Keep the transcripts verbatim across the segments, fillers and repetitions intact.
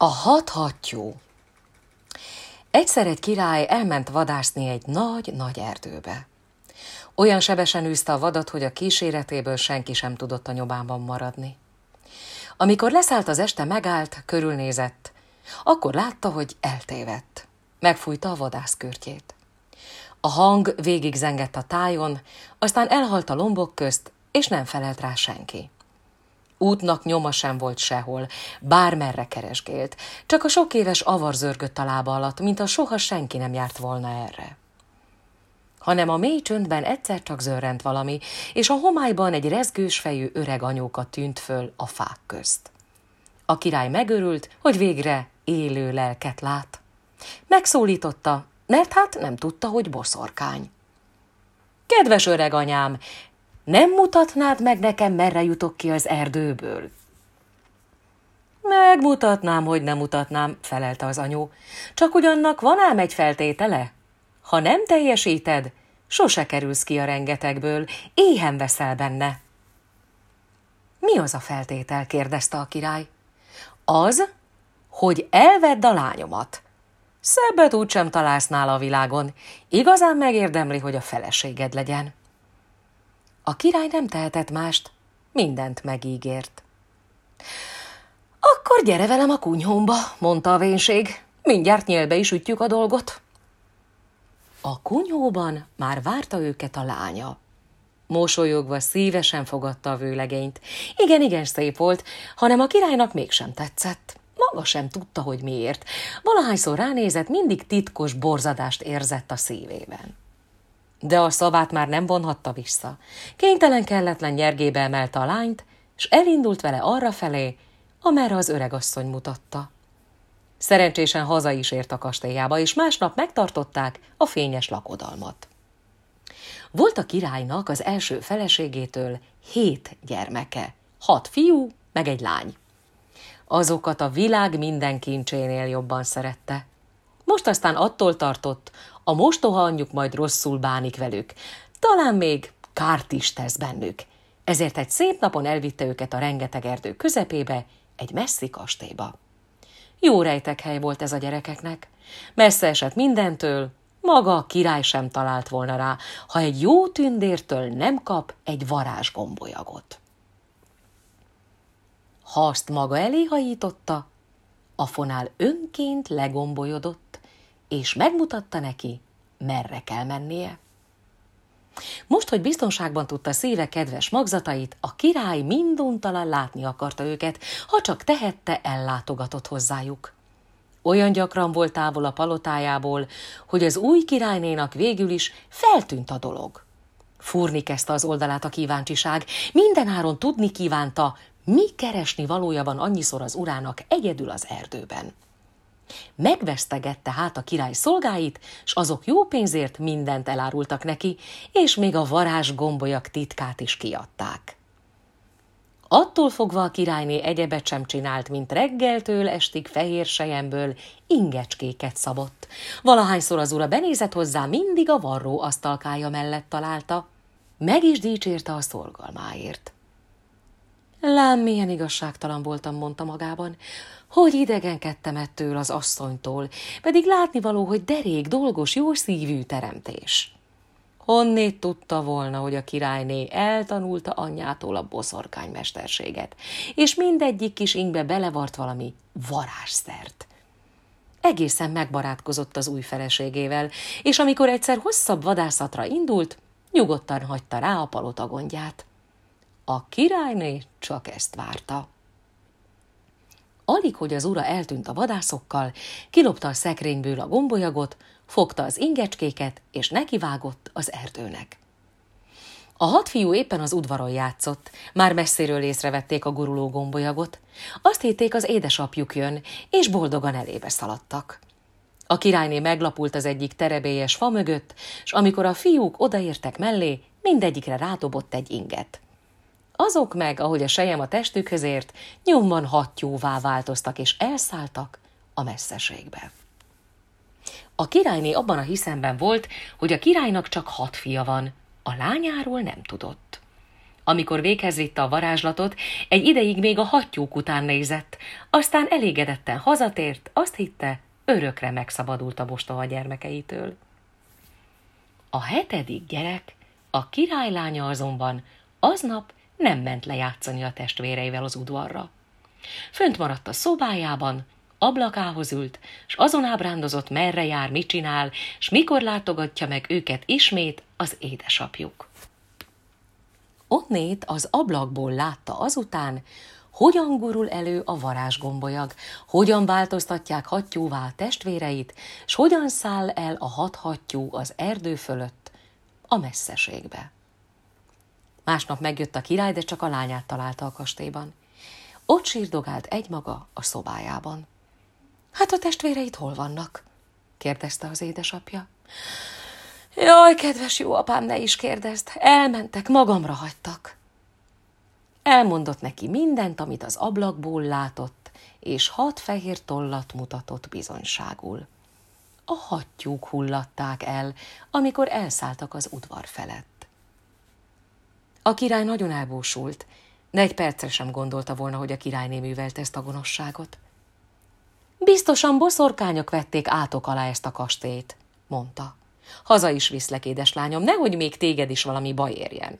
A hat hattyú. Egyszer egy király elment vadászni egy nagy-nagy erdőbe. Olyan sebesen űzte a vadat, hogy a kíséretéből senki sem tudott a nyomában maradni. Amikor leszállt az este, megállt, körülnézett, akkor látta, hogy eltévedt. Megfújta a vadászkürtjét. A hang végig zengett a tájon, aztán elhalt a lombok közt, és nem felelt rá senki. Útnak nyoma sem volt sehol, bármerre keresgélt, csak a sok éves avar zörgött a lába alatt, mint a soha senki nem járt volna erre. Hanem a mély csöndben egyszer csak zörrent valami, és a homályban egy rezgős fejű öreg anyóka tűnt föl a fák közt. A király megörült, hogy végre élő lelket lát. Megszólította, mert hát nem tudta, hogy boszorkány. Kedves öreg anyám, nem mutatnád meg nekem, merre jutok ki az erdőből? Megmutatnám, hogy nem mutatnám, felelte az anyó. Csak ugyannak van ám egy feltétele. Ha nem teljesíted, sose kerülsz ki a rengetegből, éhen veszel benne. Mi az a feltétel? kérdezte a király. Az, hogy elvedd a lányomat. Szebbet úgysem találsz nála a világon, igazán megérdemli, hogy a feleséged legyen. A király nem tehetett mást, mindent megígért. Akkor gyere velem a kunyhómba, mondta a vénség, mindjárt nyélbe is ütjük a dolgot. A kunyhóban már várta őket a lánya. Mosolyogva szívesen fogadta a vőlegényt. Igen, igen szép volt, hanem a királynak mégsem tetszett. Maga sem tudta, hogy miért. Valahányszor ránézett, mindig titkos borzadást érzett a szívében. De a szavát már nem vonhatta vissza. Kénytelen kelletlen nyergébe emelte a lányt, és elindult vele arrafelé, amerre az öregasszony mutatta. Szerencsésen haza is ért a kastélyába, és másnap megtartották a fényes lakodalmat. Volt a királynak az első feleségétől hét gyermeke, hat fiú, meg egy lány. Azokat a világ minden kincsénél jobban szerette. Most aztán attól tartott, a mostoha anyjuk majd rosszul bánik velük, talán még kárt is tesz bennük. Ezért egy szép napon elvitte őket a rengeteg erdő közepébe, egy messzi kastélyba. Jó rejtekhely volt ez a gyerekeknek. Messze esett mindentől, maga a király sem talált volna rá, ha egy jó tündértől nem kap egy varázsgombolyagot. Ha azt maga elé hajította, a fonál önként legombolyodott, és megmutatta neki, merre kell mennie. Most, hogy biztonságban tudta szíve kedves magzatait, a király minduntalan látni akarta őket, ha csak tehette, ellátogatott hozzájuk. Olyan gyakran volt távol a palotájából, hogy az új királynénak végül is feltűnt a dolog. Fúrni kezdte az oldalát a kíváncsiság, mindenáron tudni kívánta, mi keresni valója van annyiszor az urának egyedül az erdőben. Megvesztegette hát a király szolgáit, s azok jó pénzért mindent elárultak neki, és még a varázsgombolyak titkát is kiadták. Attól fogva a királyné egyebet sem csinált, mint reggeltől estig fehér selyemből ingecskéket szabott. Valahányszor az ura benézett hozzá, mindig a varró asztalkája mellett találta. Meg is dicsérte a szolgalmáért. Lám, milyen igazságtalan voltam, mondta magában, hogy idegenkedtem ettől az asszonytól, pedig látnivaló, hogy derék, dolgos, jó szívű teremtés. Honnét tudta volna, hogy a királyné eltanulta anyjától a boszorkánymesterséget, és mindegyik kis ingbe belevart valami varázsszert. Egészen megbarátkozott az új feleségével, és amikor egyszer hosszabb vadászatra indult, nyugodtan hagyta rá a palota gondját. A királyné csak ezt várta. Alig, hogy az ura eltűnt a vadászokkal, kilopta a szekrényből a gombolyagot, fogta az ingecskéket, és nekivágott az erdőnek. A hat fiú éppen az udvaron játszott, már messziről észrevették a guruló gombolyagot, azt hitték, az édesapjuk jön, és boldogan elébe szaladtak. A királyné meglapult az egyik terebélyes fa mögött, s amikor a fiúk odaértek mellé, mindegyikre rádobott egy inget. Azok meg, ahogy a sejem a testükhöz ért, nyomban hattyúvá változtak, és elszálltak a messzeségbe. A királyné abban a hiszemben volt, hogy a királynak csak hat fia van, a lányáról nem tudott. Amikor véghez vitte a varázslatot, egy ideig még a hattyúk után nézett, aztán elégedetten hazatért, azt hitte, örökre megszabadult a mostoha gyermekeitől. A hetedik gyerek, a királylánya azonban aznap nem ment lejátszani a testvéreivel az udvarra. Fönt maradt a szobájában, ablakához ült, s azon ábrándozott, merre jár, mit csinál, s mikor látogatja meg őket ismét az édesapjuk. Onnét az ablakból látta azután, hogyan gurul elő a varázsgombolyag, hogyan változtatják hattyúvá testvéreit, s hogyan száll el a hat hattyú az erdő fölött, a messzeségbe. Másnap megjött a király, de csak a lányát találta a kastélyban. Ott sírdogált egymaga a szobájában. Hát a testvéreit hol vannak? Kérdezte az édesapja. Jaj, kedves jó apám, ne is kérdezd, elmentek, magamra hagytak. Elmondott neki mindent, amit az ablakból látott, és hat fehér tollat mutatott bizonyságul. A hattyúk hullatták el, amikor elszálltak az udvar felett. A király nagyon elbúsult, de egy percre sem gondolta volna, hogy a királyné művelte ezt a gonoszságot. Biztosan boszorkányok vették átok alá ezt a kastélyt, mondta. Haza is viszlek, édeslányom, nehogy még téged is valami baj érjen.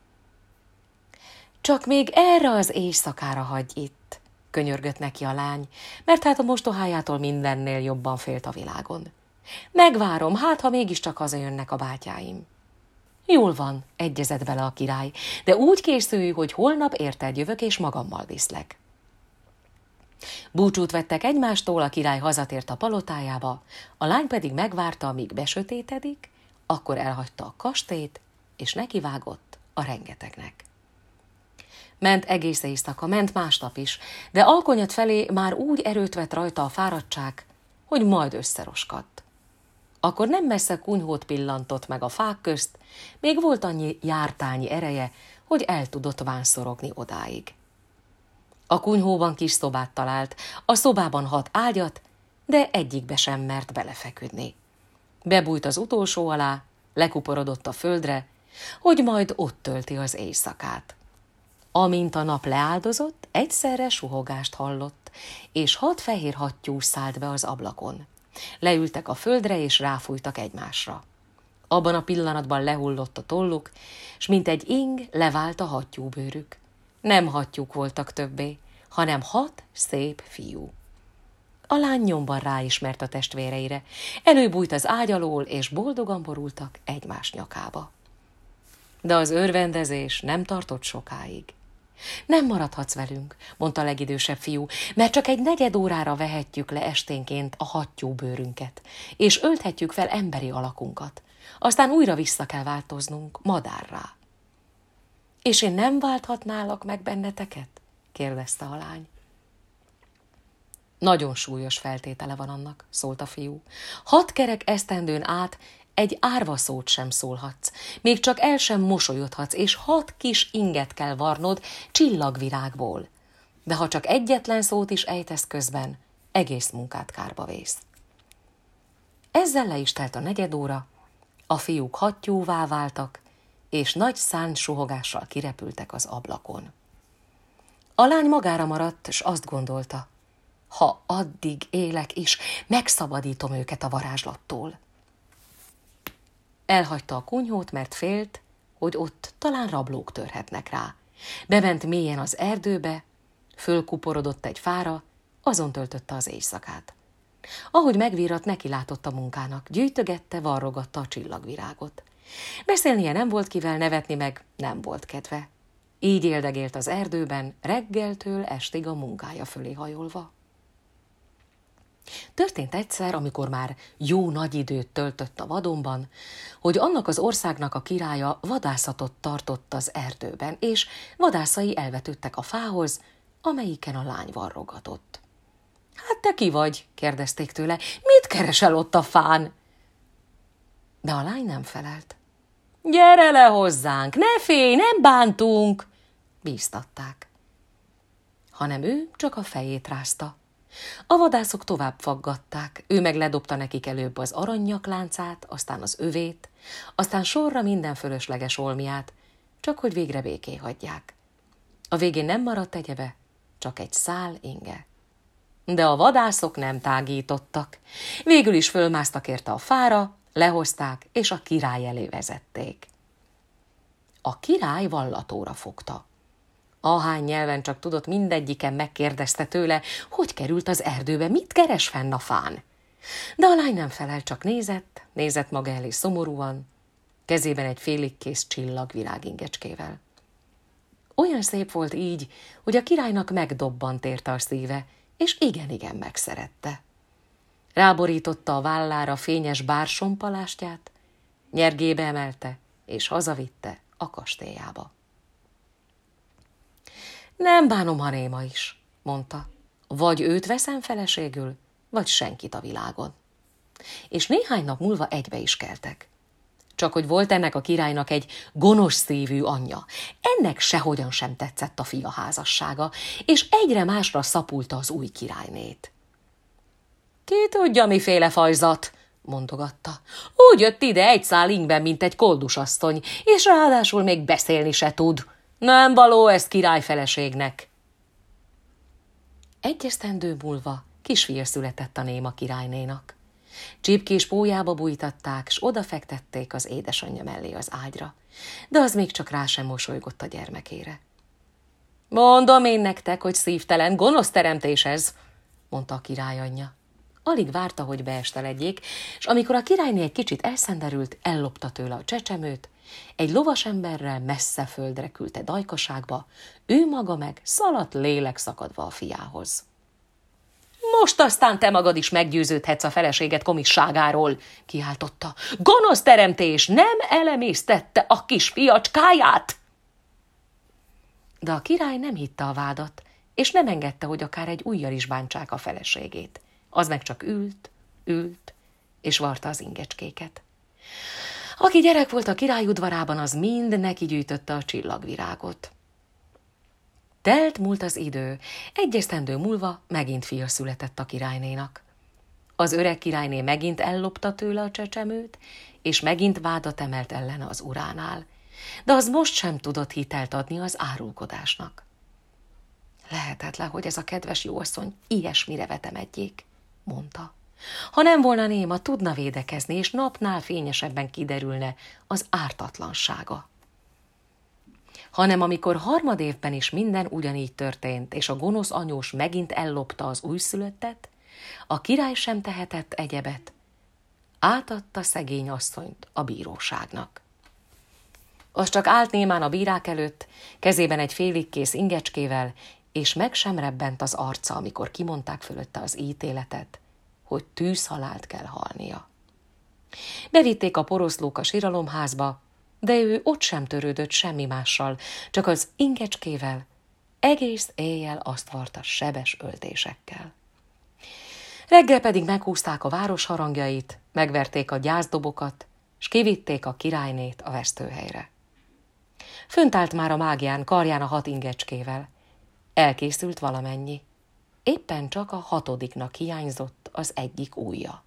Csak még erre az éjszakára hagyj itt, könyörgött neki a lány, mert hát a mostohájától mindennél jobban félt a világon. Megvárom, hát ha mégiscsak hazajönnek a bátyáim. Jól van, egyezett bele a király, de úgy készülj, hogy holnap érted jövök, és magammal viszlek. Búcsút vettek egymástól, a király hazatért a palotájába, a lány pedig megvárta, amíg besötétedik, akkor elhagyta a kastélyt, és nekivágott a rengetegnek. Ment egész éjszaka, ment másnap is, de alkonyat felé már úgy erőt vett rajta a fáradtság, hogy majd összeroskadt. Akkor nem messze kunyhót pillantott meg a fák közt, még volt annyi jártányi ereje, hogy el tudott vánszorogni odáig. A kunyhóban kis szobát talált, a szobában hat ágyat, de egyikbe sem mert belefeküdni. Bebújt az utolsó alá, lekuporodott a földre, hogy majd ott tölti az éjszakát. Amint a nap leáldozott, egyszerre suhogást hallott, és hat fehér hattyú szállt be az ablakon. Leültek a földre, és ráfújtak egymásra. Abban a pillanatban lehullott a tolluk, s mint egy ing levált a hattyúbőrük. Nem hattyúk voltak többé, hanem hat szép fiú. A lány nyomban ráismert a testvéreire, előbújt az ágy alól, és boldogan borultak egymás nyakába. De az örvendezés nem tartott sokáig. Nem maradhatsz velünk, mondta a legidősebb fiú, mert csak egy negyed órára vehetjük le esténként a hattyúbőrünket, és ölthetjük fel emberi alakunkat. Aztán újra vissza kell változnunk madárrá. És én nem válthatnálak meg benneteket? kérdezte a lány. Nagyon súlyos feltétele van annak, szólt a fiú. Hat kerek esztendőn át egy árva szót sem szólhatsz, még csak el sem mosolyodhatsz, és hat kis inget kell varnod csillagvirágból. De ha csak egyetlen szót is ejtesz közben, egész munkát kárba vész. Ezzel le is telt a negyed óra, a fiúk hattyúvá váltak, és nagy szánt suhogással kirepültek az ablakon. A lány magára maradt, s azt gondolta, ha addig élek is, megszabadítom őket a varázslattól. Elhagyta a kunyhót, mert félt, hogy ott talán rablók törhetnek rá. Bement mélyen az erdőbe, fölkuporodott egy fára, azon töltötte az éjszakát. Ahogy megvírat, neki látott a munkának, gyűjtögette, varrogatta a csillagvirágot. Beszélnie nem volt kivel, nevetni meg nem volt kedve. Így éldegélt az erdőben, reggeltől estig a munkája fölé hajolva. Történt egyszer, amikor már jó nagy időt töltött a vadonban, hogy annak az országnak a királya vadászatot tartott az erdőben, és vadászai elvetődtek a fához, amelyiken a lány varrogatott. Hát te ki vagy? kérdezték tőle. Mit keresel ott a fán? De a lány nem felelt. Gyere le hozzánk, ne félj, nem bántunk, bíztatták. Hanem ő csak a fejét rázta. A vadászok tovább faggatták, ő meg ledobta nekik előbb az aranynyakláncát, aztán az övét, aztán sorra minden fölösleges olmiát, csak hogy végre béké hagyják. A végén nem maradt egyebe, csak egy szál inge. De a vadászok nem tágítottak. Végül is fölmásztak érte a fára, lehozták, és a király elé vezették. A király vallatóra fogta. Ahány nyelven csak tudott, mindegyiken megkérdezte tőle, hogy került az erdőbe, mit keres fenn a fán. De a lány nem felel, csak nézett, nézett maga elé szomorúan, kezében egy félig kész csillag virágingecskével. Olyan szép volt így, hogy a királynak megdobbant érte a szíve, és igen-igen megszerette. Ráborította a vállára fényes bársonpalástját, nyergébe emelte, és hazavitte a kastélyába. Nem bánom, ha néma is, mondta. Vagy őt veszem feleségül, vagy senkit a világon. És néhány nap múlva egybe is keltek. Csak hogy volt ennek a királynak egy gonosz szívű anyja. Ennek sehogyan sem tetszett a fia házassága, és egyre másra szapulta az új királynét. Ki tudja, miféle fajzat, mondogatta. Úgy jött ide egy szál ingben, mint egy koldusasszony, és ráadásul még beszélni se tud. Nem való ez királyfeleségnek. Egy esztendő múlva kisfia született a néma királynénak. Csipkés pólyába bújtatták, s odafektették az édesanyja mellé az ágyra, de az még csak rá sem mosolygott a gyermekére. Mondom én nektek, hogy szívtelen, gonosz teremtés ez, mondta a királyanyja. Alig várta, hogy beesteledjék, és amikor a királyné egy kicsit elszenderült, ellopta tőle a csecsemőt, egy lovasemberrel messze földre küldte dajkaságba, ő maga meg szaladt lélek szakadva a fiához. Most aztán te magad is meggyőződhetsz a feleséget komisságáról, kiáltotta. Gonosz teremtés nem elemésztette a kis fiacskáját! De a király nem hitte a vádat, és nem engedte, hogy akár egy ujjal is bántsák a feleségét. Az meg csak ült, ült, és varta az ingecskéket. Aki gyerek volt a király udvarában, az mind neki gyűjtötte a csillagvirágot. Telt múlt az idő, egy esztendő múlva megint fia született a királynénak. Az öreg királyné megint ellopta tőle a csecsemőt, és megint vádat emelt ellene az uránál, de az most sem tudott hitelt adni az árulkodásnak. Lehetetlen, hogy ez a kedves jóasszony ilyesmire vetemedjék, mondta. Ha nem volna néma, tudna védekezni, és napnál fényesebben kiderülne az ártatlansága. Hanem amikor harmadévben is minden ugyanígy történt, és a gonosz anyós megint ellopta az újszülöttet, a király sem tehetett egyebet, átadta szegény asszonyt a bíróságnak. Az csak állt némán a bírák előtt, kezében egy félig kész ingecskével, és meg sem rebbent az arca, amikor kimondták fölötte az ítéletet, hogy tűzhalált kell halnia. Bevitték a poroszlók a siralomházba, de ő ott sem törődött semmi mással, csak az ingecskével, egész éjjel azt varta sebes öltésekkel. Reggel pedig meghúzták a város harangjait, megverték a gyászdobokat, s kivitték a királynét a vesztőhelyre. Fönt állt már a mágián, karján a hat ingecskével. Elkészült valamennyi. Éppen csak a hatodiknak hiányzott az egyik ujja.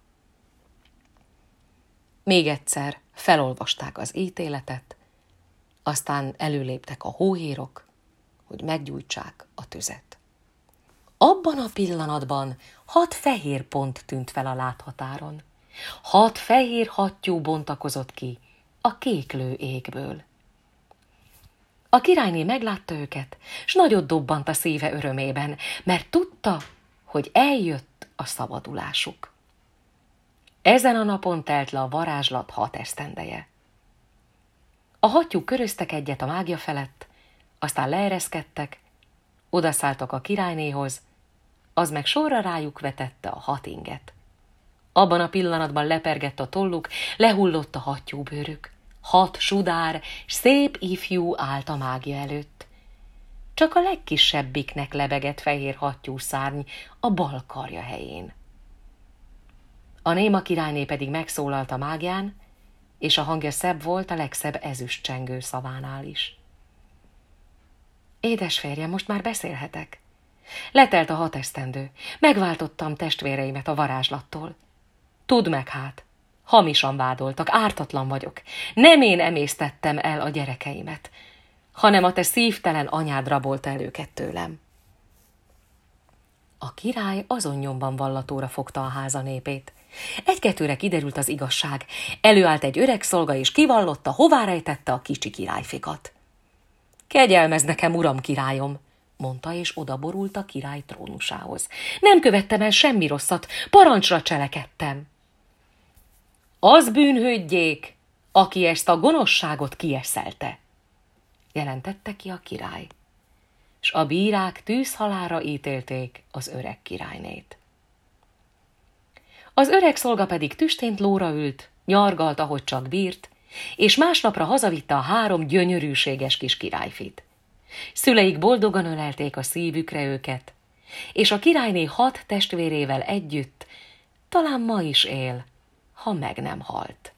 Még egyszer felolvasták az ítéletet, aztán előléptek a hóhérok, hogy meggyújtsák a tüzet. Abban a pillanatban hat fehér pont tűnt fel a láthatáron. Hat fehér hattyú bontakozott ki a kéklő égből. A királyné meglátta őket, s nagyot dobbant a szíve örömében, mert tudta, hogy eljött a szabadulásuk. Ezen a napon telt le a varázslat hat esztendeje. A hattyúk köröztek egyet a mágia felett, aztán leereszkedtek, odaszálltak a királynéhoz, az meg sorra rájuk vetette a hat inget. Abban a pillanatban lepergett a tolluk, lehullott a hattyúbőrük. Hat sudár, szép ifjú állt a mágia előtt. Csak a legkisebbiknek lebegett fehér hattyú szárny a bal karja helyén. A néma királyné pedig megszólalt a mágián, és a hangja szebb volt a legszebb ezüstcsengő szavánál is. Édes férjem, most már beszélhetek. Letelt a hat esztendő, megváltottam testvéreimet a varázslattól. Tudd meg hát, hamisan vádoltak, ártatlan vagyok. Nem én emésztettem el a gyerekeimet. hanem a te szívtelen anyád rabolta el őket tőlem. A király azon nyomban vallatóra fogta a háza népét. Egy-kettőre kiderült az igazság. Előállt egy öreg szolga, és kivallotta, hová rejtette a kicsi királyfikat. Kegyelmezz nekem, uram királyom, mondta, és odaborult a király trónusához. Nem követtem el semmi rosszat, parancsra cselekedtem. Az bűnhődjék, aki ezt a gonoszságot kieszelte, jelentette ki a király, s a bírák tűzhalálra ítélték az öreg királynét. Az öreg szolga pedig tüstént lóra ült, nyargalt, ahogy csak bírt, és másnapra hazavitte a három gyönyörűséges kis királyfit. Szüleik boldogan ölelték a szívükre őket, és a királyné hat testvérével együtt talán ma is él, ha meg nem halt.